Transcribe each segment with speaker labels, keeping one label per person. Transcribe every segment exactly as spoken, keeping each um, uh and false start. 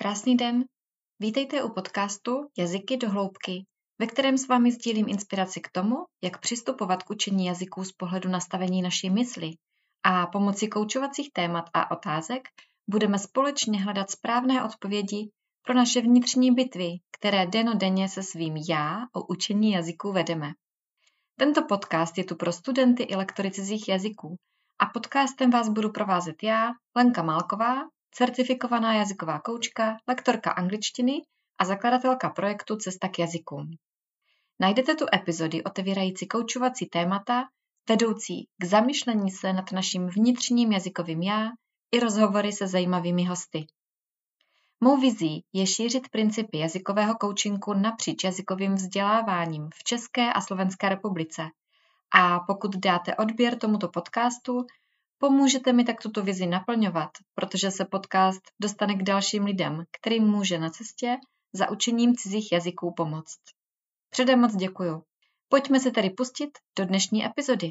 Speaker 1: Krásný den, vítejte u podcastu Jazyky do hloubky, ve kterém s vámi sdílím inspiraci k tomu, jak přistupovat k učení jazyků z pohledu nastavení naší mysli a pomocí koučovacích témat a otázek budeme společně hledat správné odpovědi pro naše vnitřní bitvy, které dennodenně se svým já o učení jazyků vedeme. Tento podcast je tu pro studenty i lektory cizích jazyků a podcastem vás budu provázet já, Lenka Málková, certifikovaná jazyková koučka, lektorka angličtiny a zakladatelka projektu Cesta k jazykům. Najdete tu epizody otevírající koučovací témata, vedoucí k zamyšlení se nad naším vnitřním jazykovým já i rozhovory se zajímavými hosty. Mou vizí je šířit principy jazykového koučinku napříč jazykovým vzděláváním v České a Slovenské republice. A pokud dáte odběr tomuto podcastu, pomůžete mi tak tuto vizi naplňovat, protože se podcast dostane k dalším lidem, kterým může na cestě za učením cizích jazyků pomoct. Předem moc děkuju. Pojďme se tedy pustit do dnešní epizody.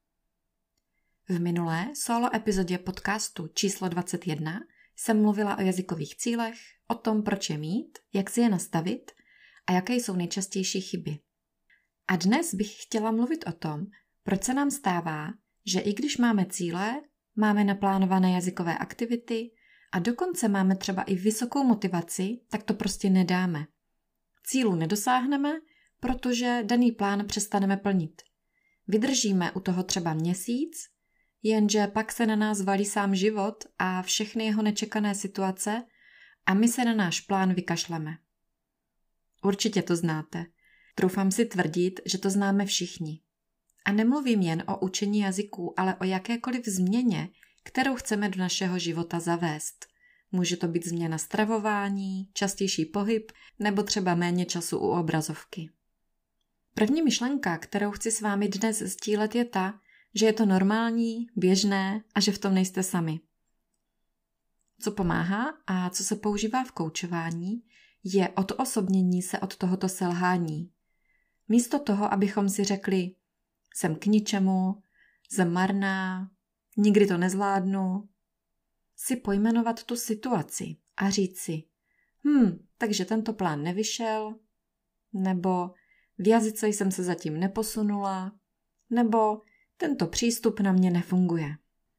Speaker 2: V minulé solo epizodě podcastu číslo dvacet jedna jsem mluvila o jazykových cílech, o tom, proč je mít, jak si je nastavit a jaké jsou nejčastější chyby. A dnes bych chtěla mluvit o tom, proč se nám stává, že i když máme cíle, máme naplánované jazykové aktivity a dokonce máme třeba i vysokou motivaci, tak to prostě nedáme. Cílu nedosáhneme, protože daný plán přestaneme plnit. Vydržíme u toho třeba měsíc, jenže pak se na nás valí sám život a všechny jeho nečekané situace a my se na náš plán vykašleme. Určitě to znáte. Troufám si tvrdit, že to známe všichni. A nemluvím jen o učení jazyků, ale o jakékoliv změně, kterou chceme do našeho života zavést. Může to být změna stravování, častější pohyb nebo třeba méně času u obrazovky. První myšlenka, kterou chci s vámi dnes sdílet, je ta, že je to normální, běžné a že v tom nejste sami. Co pomáhá a co se používá v koučování, je odosobnění se od tohoto selhání. Místo toho, abychom si řekli, jsem k ničemu, jsem marná, nikdy to nezvládnu, si pojmenovat tu situaci a říct si, hm, takže tento plán nevyšel, nebo v jazyce jsem se zatím neposunula, nebo tento přístup na mě nefunguje.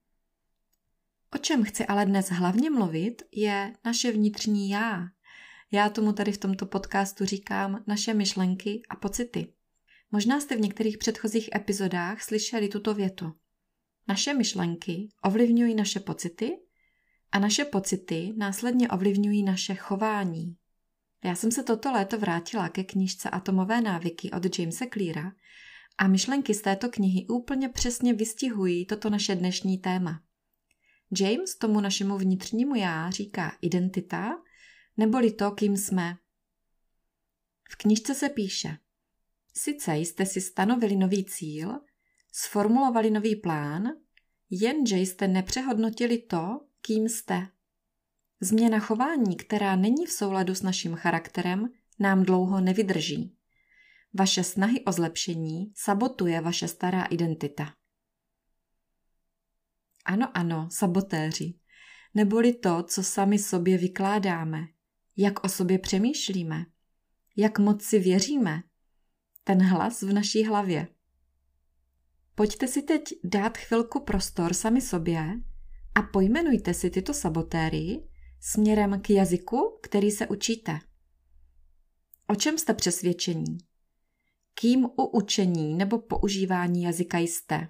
Speaker 2: O čem chci ale dnes hlavně mluvit, je naše vnitřní já. Já tomu tady v tomto podcastu říkám naše myšlenky a pocity. Možná jste v některých předchozích epizodách slyšeli tuto větu. Naše myšlenky ovlivňují naše pocity a naše pocity následně ovlivňují naše chování. Já jsem se toto léto vrátila ke knížce Atomové návyky od Jamese Cleara a myšlenky z této knihy úplně přesně vystihují toto naše dnešní téma. James tomu našemu vnitřnímu já říká identita, neboli to, kým jsme. V knížce se píše, sice jste si stanovili nový cíl, sformulovali nový plán, jenže jste nepřehodnotili to, kým jste. Změna chování, která není v souladu s naším charakterem, nám dlouho nevydrží. Vaše snahy o zlepšení sabotuje vaše stará identita. Ano, ano, sabotéři. Neboli to, co sami sobě vykládáme, jak o sobě přemýšlíme, jak moc si věříme, ten hlas v naší hlavě. Pojďte si teď dát chvilku prostor sami sobě a pojmenujte si tyto sabotéry směrem k jazyku, který se učíte. O čem jste přesvědčení? Kým u učení nebo používání jazyka jste?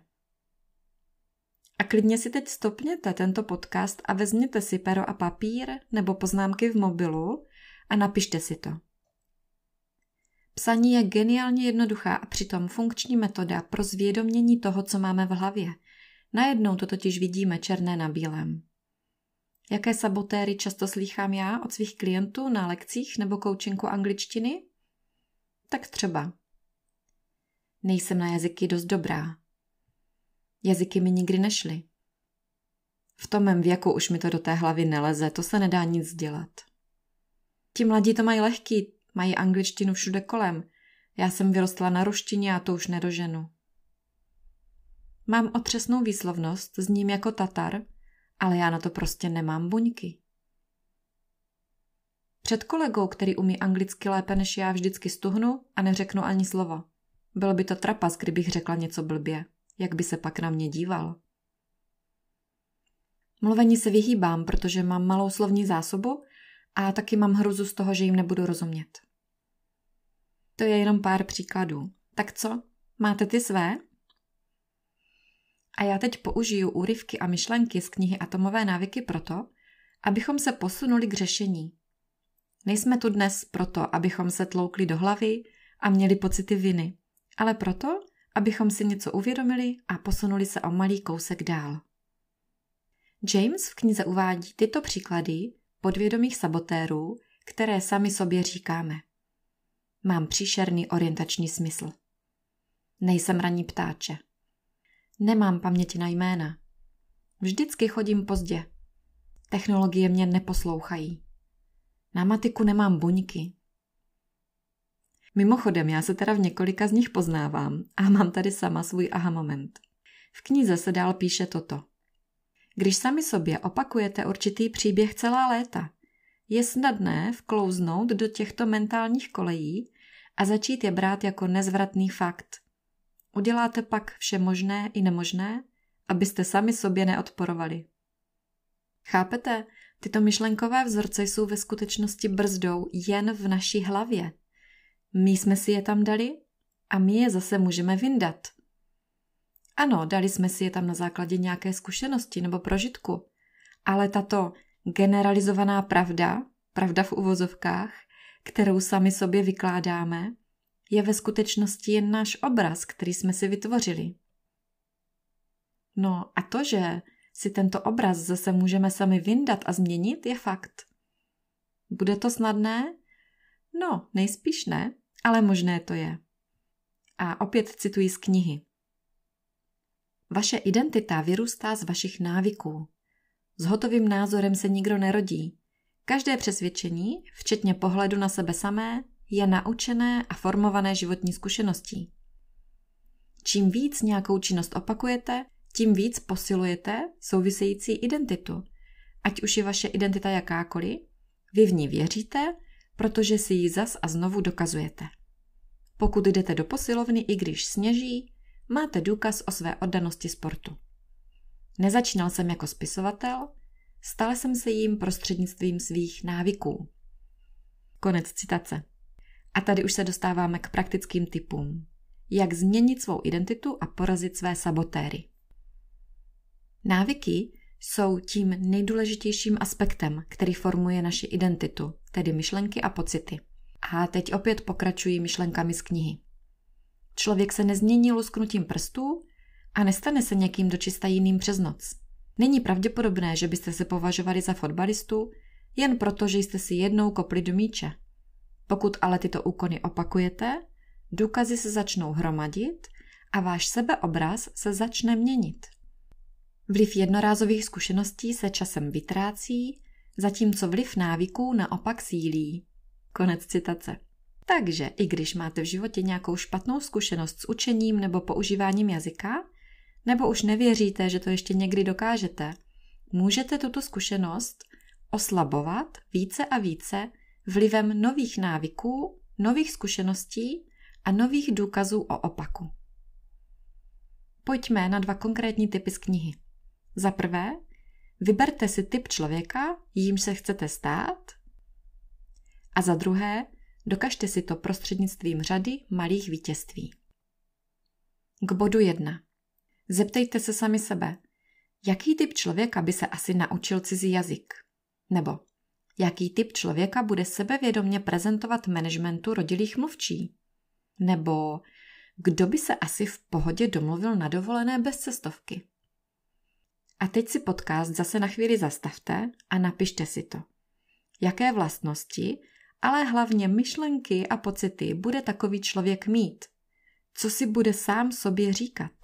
Speaker 2: A klidně si teď stopněte tento podcast a vezměte si pero a papír nebo poznámky v mobilu a napište si to. Psaní je geniálně jednoduchá a přitom funkční metoda pro zvědomění toho, co máme v hlavě. Najednou to totiž vidíme černé na bílém. Jaké sabotéry často slýchám já od svých klientů na lekcích nebo coachinku angličtiny? Tak třeba. Nejsem na jazyky dost dobrá. Jazyky mi nikdy nešly. V tom mém věku už mi to do té hlavy neleze, to se nedá nic dělat. Ti mladí to mají lehký, mají angličtinu všude kolem. Já jsem vyrostla na ruštině a to už nedoženu. Mám otřesnou výslovnost, zním jako Tatar, ale já na to prostě nemám buňky. Před kolegou, který umí anglicky lépe než já, vždycky stuhnu a neřeknu ani slovo. Byl by to trapas, kdybych řekla něco blbě. Jak by se pak na mě díval? Mluvení se vyhýbám, protože mám malou slovní zásobu a taky mám hruzu z toho, že jim nebudu rozumět. To je jenom pár příkladů. Tak co? Máte ty své? A já teď použiju úryvky a myšlenky z knihy Atomové návyky proto, abychom se posunuli k řešení. Nejsme tu dnes proto, abychom se tloukli do hlavy a měli pocity viny, ale proto, abychom si něco uvědomili a posunuli se o malý kousek dál. James v knize uvádí tyto příklady podvědomých sabotérů, které sami sobě říkáme. Mám příšerný orientační smysl. Nejsem ranní ptáče. Nemám paměť na jména. Vždycky chodím pozdě. Technologie mě neposlouchají. Na matiku nemám buňky. Mimochodem, já se teda v několika z nich poznávám a mám tady sama svůj aha moment. V knize se dál píše toto. Když sami sobě opakujete určitý příběh celá léta, je snadné vklouznout do těchto mentálních kolejí a začít je brát jako nezvratný fakt. Uděláte pak vše možné i nemožné, abyste sami sobě neodporovali. Chápete? Tyto myšlenkové vzorce jsou ve skutečnosti brzdou jen v naší hlavě. My jsme si je tam dali a my je zase můžeme vyndat. Ano, dali jsme si je tam na základě nějaké zkušenosti nebo prožitku, ale tato generalizovaná pravda, pravda v uvozovkách, kterou sami sobě vykládáme, je ve skutečnosti jen náš obraz, který jsme si vytvořili. No a to, že si tento obraz zase můžeme sami vyndat a změnit, je fakt. Bude to snadné? No, nejspíš ne, ale možné to je. A opět cituji z knihy. Vaše identita vyrůstá z vašich návyků. S hotovým názorem se nikdo nerodí. Každé přesvědčení, včetně pohledu na sebe samé, je naučené a formované životní zkušeností. Čím víc nějakou činnost opakujete, tím víc posilujete související identitu. Ať už je vaše identita jakákoliv, vy v ní věříte, protože si ji zas a znovu dokazujete. Pokud jdete do posilovny, i když sněží, máte důkaz o své oddanosti sportu. Nezačínal jsem jako spisovatel, stal jsem se jím prostřednictvím svých návyků. Konec citace. A tady už se dostáváme k praktickým tipům. Jak změnit svou identitu a porazit své sabotéry. Návyky jsou tím nejdůležitějším aspektem, který formuje naši identitu, tedy myšlenky a pocity. A teď opět pokračuji myšlenkami z knihy. Člověk se nezmění lusknutím prstů a nestane se někým dočista jiným přes noc. Není pravděpodobné, že byste se považovali za fotbalistu jen proto, že jste si jednou kopli do míče. Pokud ale tyto úkony opakujete, důkazy se začnou hromadit a váš sebeobraz se začne měnit. Vliv jednorázových zkušeností se časem vytrácí, zatímco vliv návyků naopak sílí. Konec citace. Takže i když máte v životě nějakou špatnou zkušenost s učením nebo používáním jazyka, nebo už nevěříte, že to ještě někdy dokážete, můžete tuto zkušenost oslabovat více a více vlivem nových návyků, nových zkušeností a nových důkazů o opaku. Pojďme na dva konkrétní typy z knihy. Za prvé, vyberte si typ člověka, jímž se chcete stát. A za druhé, dokažte si to prostřednictvím řady malých vítězství. K bodu jedna. Zeptejte se sami sebe, jaký typ člověka by se asi naučil cizí jazyk? Nebo jaký typ člověka bude sebevědomě prezentovat managementu rodilých mluvčí? Nebo kdo by se asi v pohodě domluvil na dovolené bez cestovky? A teď si podcast zase na chvíli zastavte a napište si to. Jaké vlastnosti, ale hlavně myšlenky a pocity bude takový člověk mít? Co si bude sám sobě říkat?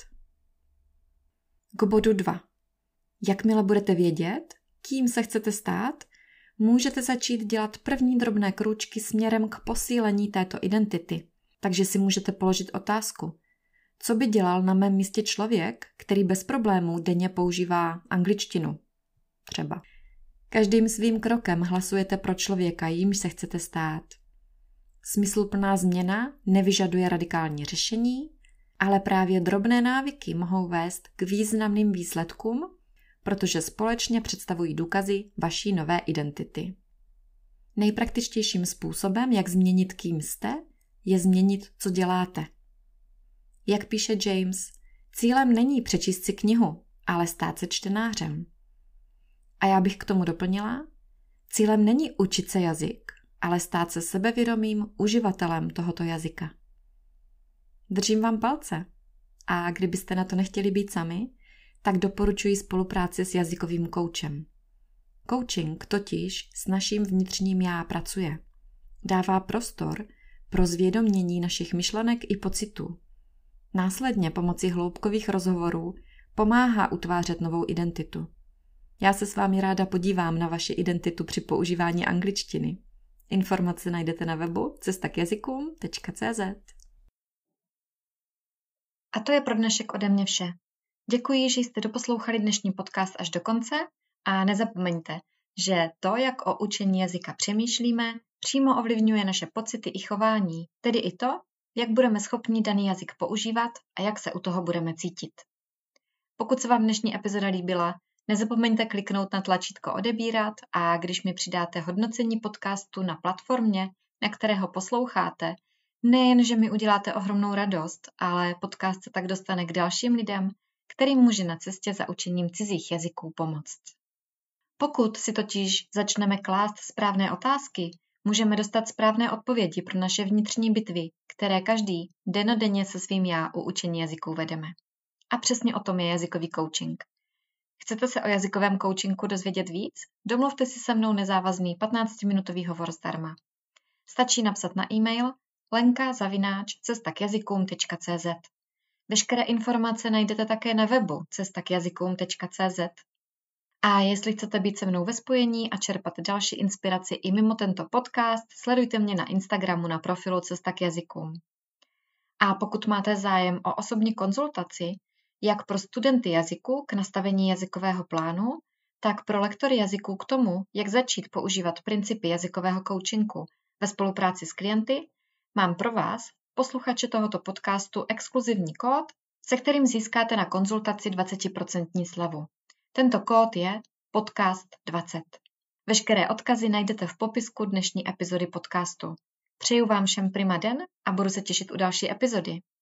Speaker 2: K bodu dva. Jakmile budete vědět, kým se chcete stát, můžete začít dělat první drobné krůčky směrem k posílení této identity. Takže si můžete položit otázku. Co by dělal na mém místě člověk, který bez problémů denně používá angličtinu? Třeba. Každým svým krokem hlasujete pro člověka, jímž se chcete stát. Smysluplná změna nevyžaduje radikální řešení, ale právě drobné návyky mohou vést k významným výsledkům, protože společně představují důkazy vaší nové identity. Nejpraktičtějším způsobem, jak změnit, kým jste, je změnit, co děláte. Jak píše James, cílem není přečíst si knihu, ale stát se čtenářem. A já bych k tomu doplnila, cílem není učit se jazyk, ale stát se sebevědomým uživatelem tohoto jazyka. Držím vám palce a kdybyste na to nechtěli být sami, tak doporučuji spolupráci s jazykovým koučem. Coaching totiž s naším vnitřním já pracuje. Dává prostor pro zvědomění našich myšlenek i pocitů. Následně pomocí hloubkových rozhovorů pomáhá utvářet novou identitu. Já se s vámi ráda podívám na vaši identitu při používání angličtiny. Informace najdete na webu cesta k jazykům tečka cé zet.
Speaker 1: A to je pro dnešek ode mě vše. Děkuji, že jste doposlouchali dnešní podcast až do konce a nezapomeňte, že to, jak o učení jazyka přemýšlíme, přímo ovlivňuje naše pocity i chování, tedy i to, jak budeme schopni daný jazyk používat a jak se u toho budeme cítit. Pokud se vám dnešní epizoda líbila, nezapomeňte kliknout na tlačítko odebírat a když mi přidáte hodnocení podcastu na platformě, na které ho posloucháte, nejen, že mi uděláte ohromnou radost, ale podcast se tak dostane k dalším lidem, kterým může na cestě za učením cizích jazyků pomoct. Pokud si totiž začneme klást správné otázky, můžeme dostat správné odpovědi pro naše vnitřní bitvy, které každý dennodenně se svým já u učení jazyků vedeme. A přesně o tom je jazykový coaching. Chcete se o jazykovém coachingu dozvědět víc? Domluvte si se mnou nezávazný patnáctiminutový hovor zdarma. Stačí napsat na e-mail lenka zavináč cesta k jazykům tečka cé zet. Veškeré informace najdete také na webu cesta k jazykům tečka cé zet. A jestli chcete být se mnou ve spojení a čerpat další inspiraci i mimo tento podcast, sledujte mě na Instagramu na profilu Cesta k jazykům. A pokud máte zájem o osobní konzultaci, jak pro studenty jazyku k nastavení jazykového plánu, tak pro lektory jazyků k tomu, jak začít používat principy jazykového coachingu ve spolupráci s klienty, mám pro vás, posluchače tohoto podcastu, exkluzivní kód, se kterým získáte na konzultaci dvacet procent slevu. Tento kód je podcast dvacet. Veškeré odkazy najdete v popisku dnešní epizody podcastu. Přeju vám všem prima den a budu se těšit u další epizody.